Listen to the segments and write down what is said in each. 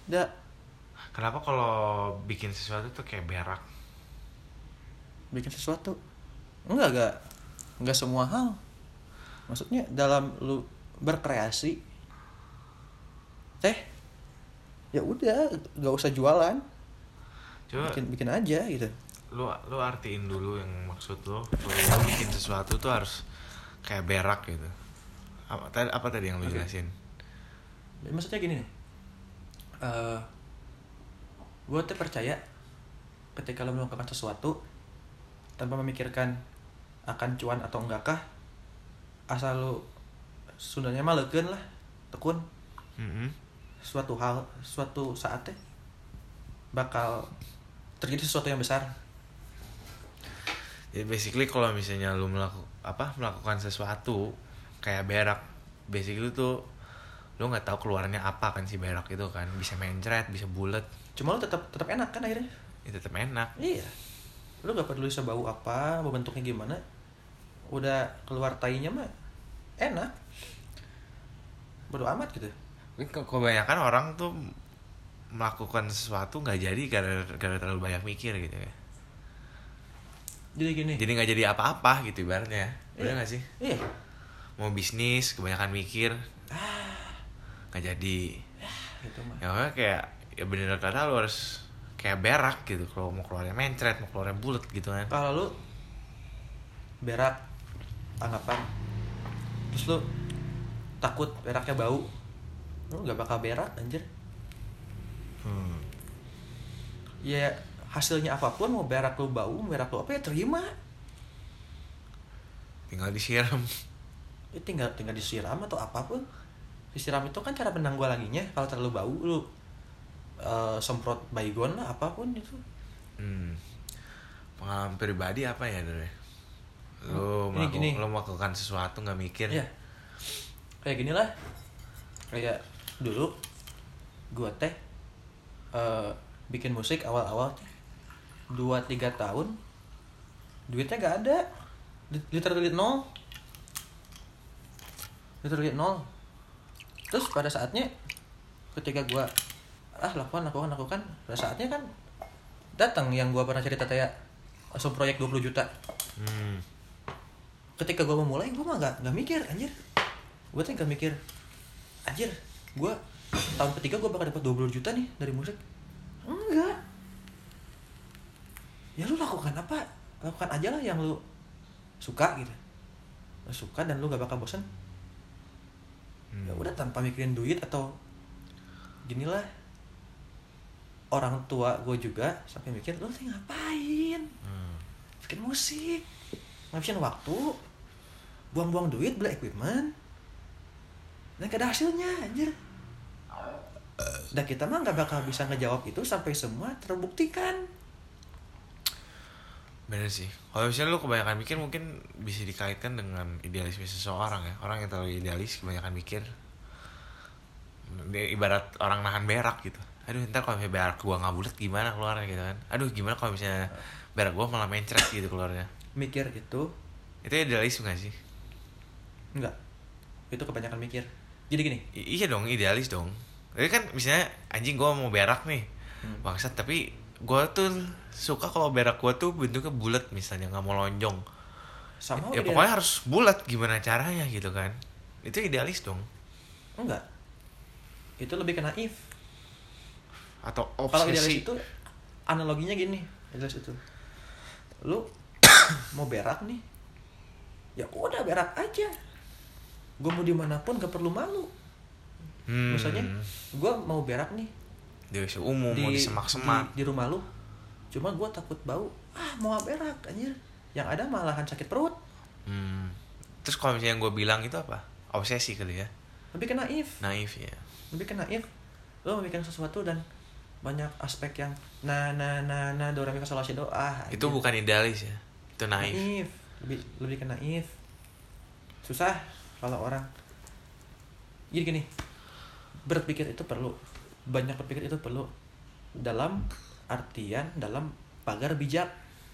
Udah. Kenapa kalau bikin sesuatu tuh kayak berak? Bikin sesuatu enggak semua hal. Maksudnya dalam lu berkreasi ya udah nggak usah jualan, Coba bikin aja gitu. lu artiin dulu yang maksud lu bikin sesuatu tuh harus kayak berak gitu. Apa tadi yang lu jelasin? Maksudnya gini nih, gue tuh percaya ketika lo melakukan sesuatu tanpa memikirkan akan cuan atau enggakah, asal lo Sundanya mah leukeun lah, tekun. Suatu saat teh bakal terjadi sesuatu yang besar. Jadi basically kalau misalnya lu melakukan sesuatu kayak berak, basically tuh lu nggak tahu keluarnya apa kan si berak itu kan, bisa mencret, bisa bulat. Cuma lu tetap enak kan akhirnya. Itu tetap enak. Iya. Lu gak peduli sebau apa, mau bentuknya gimana, udah keluar tainya mah enak. Bodo amat gitu. Mungkin kebanyakan orang tuh melakukan sesuatu nggak jadi karena terlalu banyak mikir gitu ya. Jadi gini. Jadi nggak jadi apa-apa gitu ibaratnya. Bener nggak sih? Iya. Mau bisnis kebanyakan mikir, nggak jadi. Gitu mah. Ya makanya kayak ya bener kata lu harus kayak berak gitu. Kalau mau keluarnya mencret, mau keluarnya bulat gitu kan. Kalau lu berak anggapan, terus lu takut beraknya bau, lu gak bakal berak anjir. Ya hasilnya apapun, mau berak lu bau, mau berak lu apa ya terima. Tinggal disiram. Ya tinggal disiram atau apapun. Disiram itu kan cara penanggulanginya. Kalau terlalu bau lu semprot baygon lah, apapun itu. Pengalaman pribadi apa ya Dre? Lu melakukan sesuatu nggak mikir? Ya kayak gini lah. Kayak dulu gua teh bikin musik awal-awal 2-3 tahun duitnya gak ada, literally nol. Terus pada saatnya ketika gua lakukan, pada saatnya kan datang yang gua pernah cerita kayak langsung proyek 20 juta. Ketika gua memulai, gua mah gak mikir anjir. Gua tuh gak mikir anjir, gua tahun ketiga gua bakal dapat 20 juta nih dari musik. Enggak. Ya lu lakukan apa? Lakukan aja lah yang lu suka gitu. Lu suka dan lu gak bakal bosan. Ya udah tanpa mikirin duit atau ginilah. Orang tua gue juga sampai mikir, lu tuh ngapain? Bikin musik, ngabisin waktu, buang-buang duit beli equipment, dan gak ada hasilnya anjir. Dan kita mah gak bakal bisa ngejawab itu sampai semua terbuktikan. Bener sih. Kalau misalnya lu kebanyakan mikir mungkin bisa dikaitkan dengan idealisme seseorang ya. Orang yang terlalu idealis kebanyakan mikir. Dia ibarat orang nahan berak gitu. Aduh ntar kalau misalnya berak gua nggak bulat gimana keluarnya gitu kan. Aduh gimana kalau misalnya berak gua malah mencret gitu keluarnya. Mikir itu idealis gak sih? enggak. Itu kebanyakan mikir. Jadi gini. Iya dong, idealis dong. Jadi kan misalnya anjing gua mau berak nih. Bangsat, tapi gua tuh suka kalau berak gua tuh bentuknya bulat misalnya, nggak mau lonjong. Sama ya pokoknya harus bulat, gimana caranya gitu kan. Itu idealis dong. Enggak. Itu lebih ke naif. Atau obsesi. Kalau idealis itu analoginya gini, idealis itu lu mau berak nih, ya udah berak aja. Gue mau dimanapun gak perlu malu. Misalnya gue mau berak nih di umum, mau di semak-semak di rumah lu, cuma gue takut bau, mau berak anjir, yang ada malahan sakit perut. Terus kalau misalnya gue bilang itu apa? Obsesi kali ya. Lebih ke naif Ya. Lebih ke naif. Lo memikirkan sesuatu dan banyak aspek yang do re mi fa sol la si do. Itu bukan idealis ya, itu naif. Lebih ke naif. Susah kalau orang. Jadi gini, berpikir itu perlu, banyak berpikir itu perlu, dalam artian dalam pagar bijak.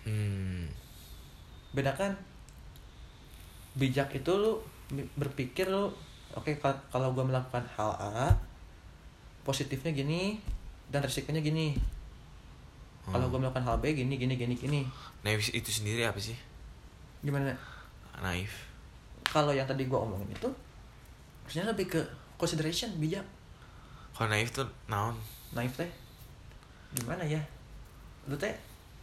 Bedakan bijak itu lu berpikir lu oke, kalau gue melakukan hal A, positifnya gini, dan resikonya gini. Kalau gue melakukan hal B gini. Naif itu sendiri apa sih? Gimana? Naif. Kalau yang tadi gue omongin itu maksudnya lebih ke consideration, bijak. Kalau naif tuh naon? Naif teh gimana ya? Lu teh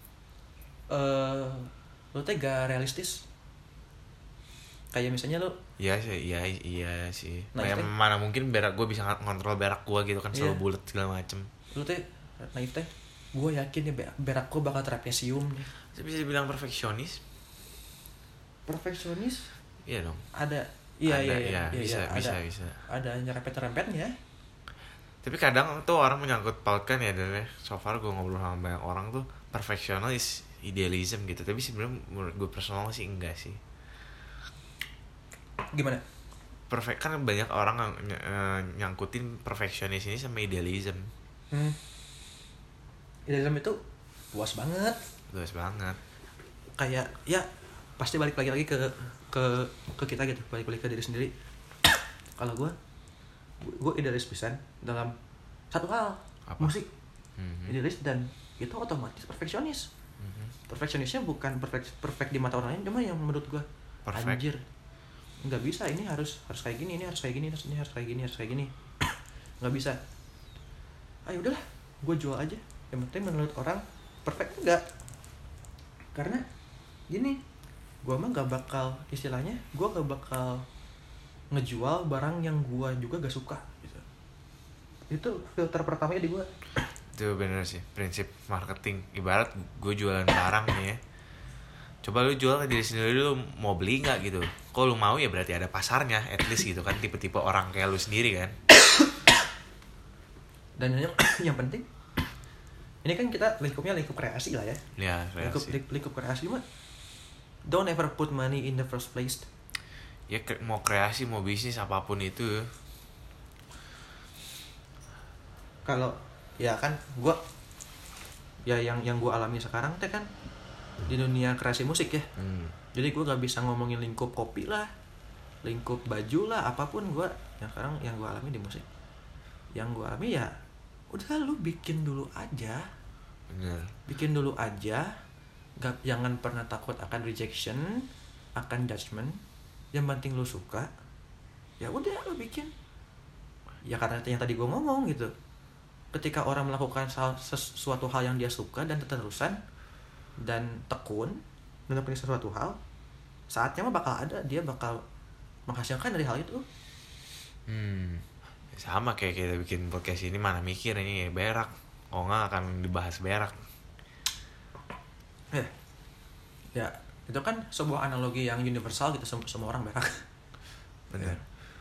gak realistis. Kayak misalnya lu Iya sih. Naif teh. Mana mungkin berak gue bisa ngontrol berak gue gitu kan, selalu Iya. bulat segala macem. Lu teh naif teh, gue yakin nih berak gue bakal trapesium nih. Bisa dibilang perfeksionis? Perfeksionis Iya dong. ada. Bisa. Ada nyerempet-nyerempetnya. Tapi kadang tuh orang menyangkut pautkan ya, dan so far gue ngobrol sama banyak orang tuh perfectionist idealism gitu. Tapi sebenarnya menurut gue personal sih enggak sih. Gimana? Perfect kan banyak orang nyangkutin perfectionist ini sama idealism. Idealism itu luas banget. Kayak ya pasti balik lagi ke kita gitu, balik ke diri sendiri. Kalau gue idealis pisan dalam satu hal. Apa? Musik. Idealis dan itu otomatis perfeksionis. Perfeksionisnya bukan perfect di mata orang lain, cuma yang menurut gue anjir nggak bisa, ini harus kayak gini, ini harus kayak gini, ini harus kayak gini nggak bisa. Ayo udahlah, gue jual aja. Yang penting menurut orang perfect enggak. Karena gini, gue mah gak bakal, istilahnya gue gak bakal ngejual barang yang gue juga gak suka gitu. Itu filter pertamanya di gue. Itu bener sih, prinsip marketing. Ibarat gue jualan barang nih ya, coba lu jual ke diri sendiri, lu mau beli gak gitu. Kok lu mau ya berarti ada pasarnya, at least gitu kan, tipe-tipe orang kayak lu sendiri kan. Dan yang penting, ini kan kita lingkup kreasi lah ya. Ya, kreasi. Lingkup kreasi mah don't ever put money in the first place. Ya mau kreasi, mau bisnis, apapun itu. Kalau ya kan gue ya yang gue alami sekarang teh kan di dunia kreasi musik ya. Jadi gue gak bisa ngomongin lingkup kopi lah, lingkup baju lah, apapun. Gue yang sekarang yang gue alami di musik, yang gue alami ya udah lu bikin dulu aja. Bener. Bikin dulu aja. Jangan pernah takut akan rejection, akan judgment. Yang penting lu suka, ya udah lu bikin. Ya karena yang tadi gue ngomong gitu, ketika orang melakukan sesuatu hal yang dia suka dan terus-terusan dan tekun melakukan sesuatu hal, saatnya mah dia bakal menghasilkan dari hal itu. Sama kayak kita bikin podcast ini, mana mikir ini berak, oh nggak akan dibahas berak. Ya itu kan sebuah analogi yang universal gitu, semua orang berak. Bener.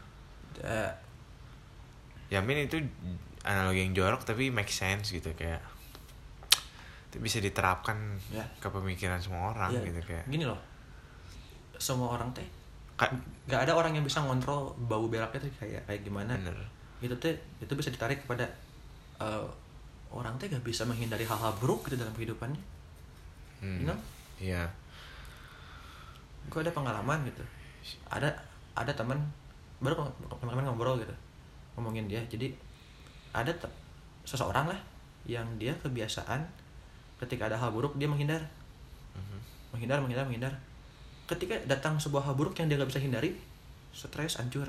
Ya min itu analogi yang jorok tapi make sense gitu, kayak itu bisa diterapkan ya ke pemikiran semua orang ya, gitu kayak. Gini loh, semua orang teh gak ada orang yang bisa ngontrol bau beraknya tuh kayak gimana. Bener. Itu bisa ditarik kepada orang teh gak bisa menghindari hal-hal buruk gitu dalam kehidupannya. You know? Iya. Gue ada pengalaman gitu. Ada teman baru kemarin ngobrol gitu, ngomongin dia. Jadi ada seseorang lah yang dia kebiasaan ketika ada hal buruk dia menghindar. Menghindar. Ketika datang sebuah hal buruk yang dia gak bisa hindari, stres, hancur.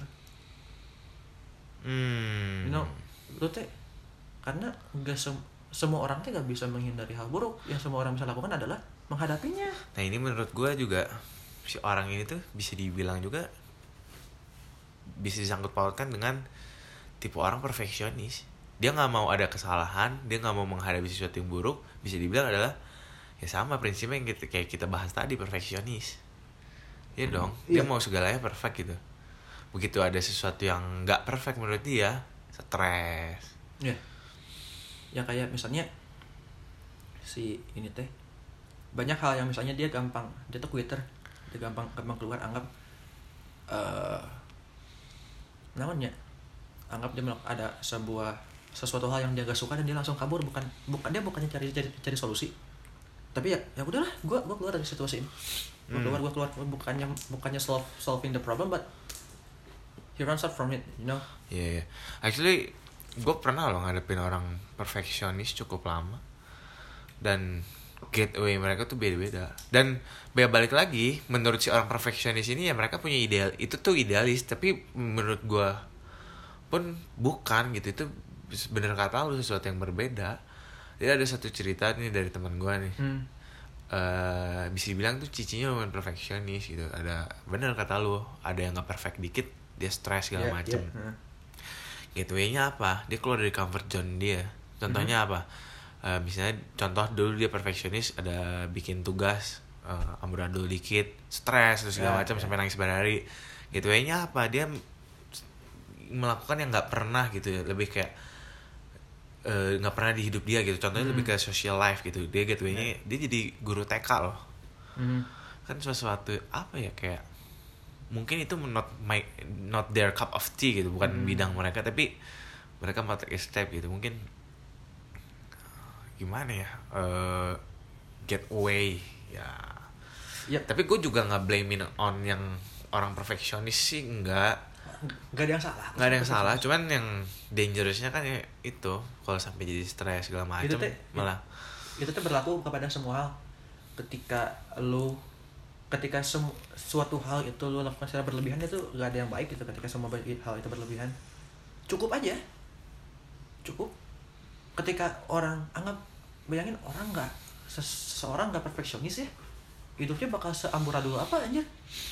You know, lu teh karena gak semua orang teh gak bisa menghindari hal buruk. Yang semua orang bisa lakukan adalah menghadapinya. Nah ini menurut gue juga, si orang ini tuh bisa dibilang juga, bisa disangkut pautkan dengan tipe orang perfeksionis. Dia gak mau ada kesalahan, dia gak mau menghadapi sesuatu yang buruk. Bisa dibilang adalah ya sama prinsipnya yang kayak kita bahas tadi, perfeksionis. Ya dong, dia mau segalanya perfect gitu. Begitu ada sesuatu yang gak perfect menurut dia, stres. Iya. Ya kayak misalnya si ini teh banyak hal yang misalnya dia tuh quitter, dia gampang keluar, anggap namanya anggap dia ada sesuatu hal yang dia gak suka dan dia langsung kabur, bukannya cari solusi, tapi ya udahlah, gue keluar dari situasi ini, gue keluar, bukannya solving the problem, but he runs out from it, you know. Yeah. Actually gue pernah loh ngadepin orang perfeksionis cukup lama, dan gateway mereka tuh beda-beda. Dan balik lagi, menurut si orang perfeksionis ini ya mereka punya ideal, itu tuh idealis, tapi menurut gue pun bukan gitu. Itu bener kata lu, sesuatu yang berbeda. Jadi ada satu cerita nih dari teman gue nih. Bisa dibilang tuh cicinya lumayan perfeksionis gitu. Ada bener kata lu, ada yang nggak perfect dikit dia stres segala macem. Gateway-nya apa? Dia keluar dari comfort zone dia. Contohnya apa? Misalnya contoh dulu dia perfeksionis, ada bikin tugas amburadul dikit, stres terus segala macam sampai nangis berhari. Gateway-nya apa? Dia melakukan yang nggak pernah gitu ya, lebih kayak nggak pernah di hidup dia gitu. Contohnya lebih ke social life gitu. Dia gateway-nya dia jadi guru TK loh. Kan sesuatu apa ya, kayak mungkin itu not their cup of tea gitu, bukan bidang mereka, tapi mereka mau take a step gitu. Mungkin gimana ya, get away ya. Tapi gue juga nggak blaming on yang orang perfeksionis sih, nggak ada yang salah. Nggak ada yang salah, cuman yang dangerousnya kan ya itu kalau sampai jadi stres segala macam malah. Itu tuh berlaku kepada semua hal. Ketika suatu hal itu lo lakukan secara berlebihan, itu gak ada yang baik gitu. Ketika semua hal itu berlebihan, cukup aja. Cukup. Ketika orang bayangin orang seseorang gak perfeksionis ya, hidupnya bakal seamburadul apa anjir.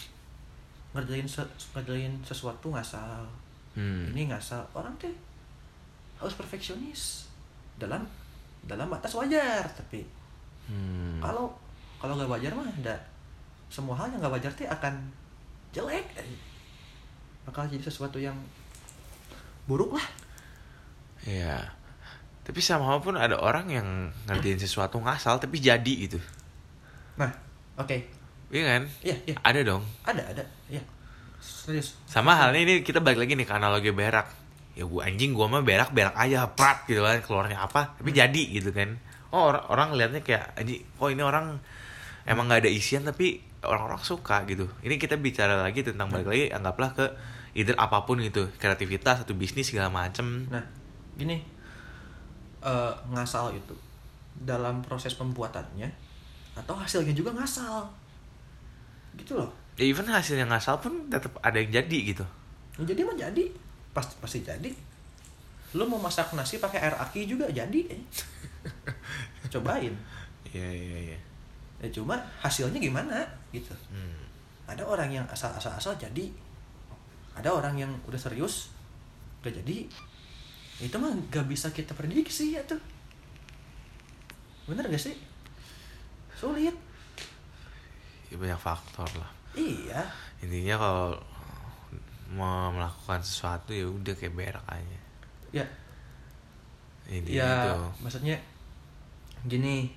Ngerjain sesuatu ngasal. Ini ngasal. Orang tuh harus perfeksionis dalam batas wajar. Tapi kalau gak wajar mah semua hal yang gak wajar tuh akan jelek, bakal jadi sesuatu yang buruk lah. Iya. Tapi sama pun ada orang yang ngerjain sesuatu ngasal tapi jadi gitu. Nah, oke. Iya kan? Iya. Ada dong. Ada. Iya. Serius. Sama halnya ini kita balik lagi nih ke analogi berak. Ya gua mah berak aja, prat gitu kan, keluarnya apa, tapi jadi gitu kan. Oh, orang lihatnya kayak anjing, oh ini orang emang nggak ada isian tapi orang-orang suka gitu. Ini kita bicara lagi tentang balik lagi, anggaplah ke either apapun gitu, kreativitas atau bisnis segala macem. Nah, gini, ngasal itu dalam proses pembuatannya atau hasilnya juga ngasal, gitu loh. Ya, even hasilnya ngasal pun tetap ada yang jadi gitu. Jadi mah jadi, pasti jadi. Lu mau masak nasi pakai air aki juga jadi. Cobain. Iya. Ya cuma hasilnya gimana gitu. Ada orang yang asal jadi, ada orang yang udah serius gak jadi. Itu mah gak bisa kita prediksi ya tuh. Bener gak sih? Sulit. Ya, banyak faktor lah. Iya. Intinya kalau mau melakukan sesuatu ya udah kayak berak aja. Ya. Intinya ya, itu. Maksudnya gini,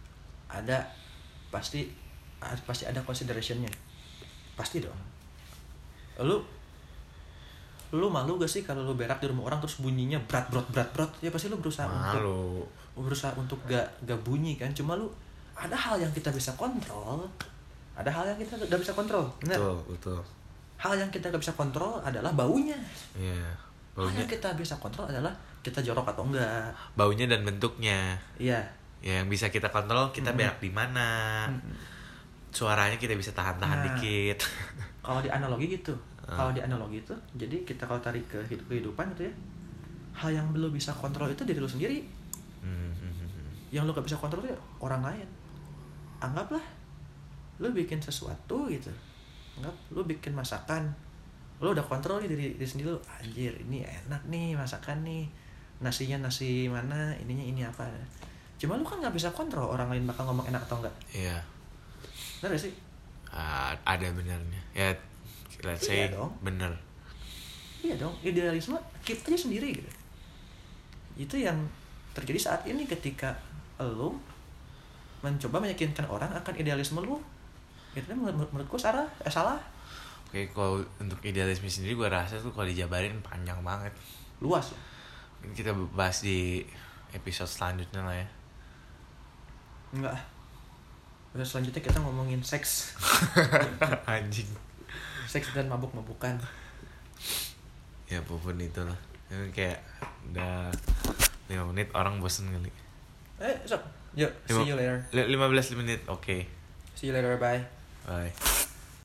pasti ada considerationnya, pasti dong. Lu malu gak sih kalau lu berak di rumah orang terus bunyinya berat, ya pasti lu berusaha untuk gak bunyi kan. Cuma lu ada hal yang kita bisa kontrol, ada hal yang kita gak bisa kontrol. Bener? Betul. Hal yang kita gak bisa kontrol adalah baunya. Iya. Hal yang kita bisa kontrol adalah kita jorok atau enggak, baunya dan bentuknya. Iya. Ya, yang bisa kita kontrol kita berak di mana, suaranya kita bisa tahan dikit. Kalau di analogi gitu, jadi kita kalau tarik ke kehidupan gitu ya, hal yang belum bisa kontrol itu diri lu sendiri. Yang lu gak bisa kontrol itu orang lain. Anggaplah lu bikin sesuatu gitu, lu bikin masakan, lu udah kontrol nih diri sendiri lu, anjir ini enak nih masakan nih, nasinya nasi mana, ininya ini apa. Cuma lu kan gak bisa kontrol orang lain bakal ngomong enak atau enggak. Iya. Bener gak sih? Ada benernya. Ya, let's say dong. Bener. Iya dong, idealisme keep aja sendiri gitu. Itu yang terjadi saat ini ketika lu mencoba meyakinkan orang akan idealisme lu. Itu menurutku salah. Oke, kalau untuk idealisme sendiri gue rasa tuh kalau dijabarin panjang banget. Luas ya? Ini kita bahas di episode selanjutnya lah ya. Enggak. Terus selanjutnya kita ngomongin seks. Anjing. Seks dan mabuk-mabukan. Ya apapun itulah. Kayak udah 5 menit orang bosen kali. Sok. Yuk, see you later. 15 menit, oke. See you later, bye. Bye.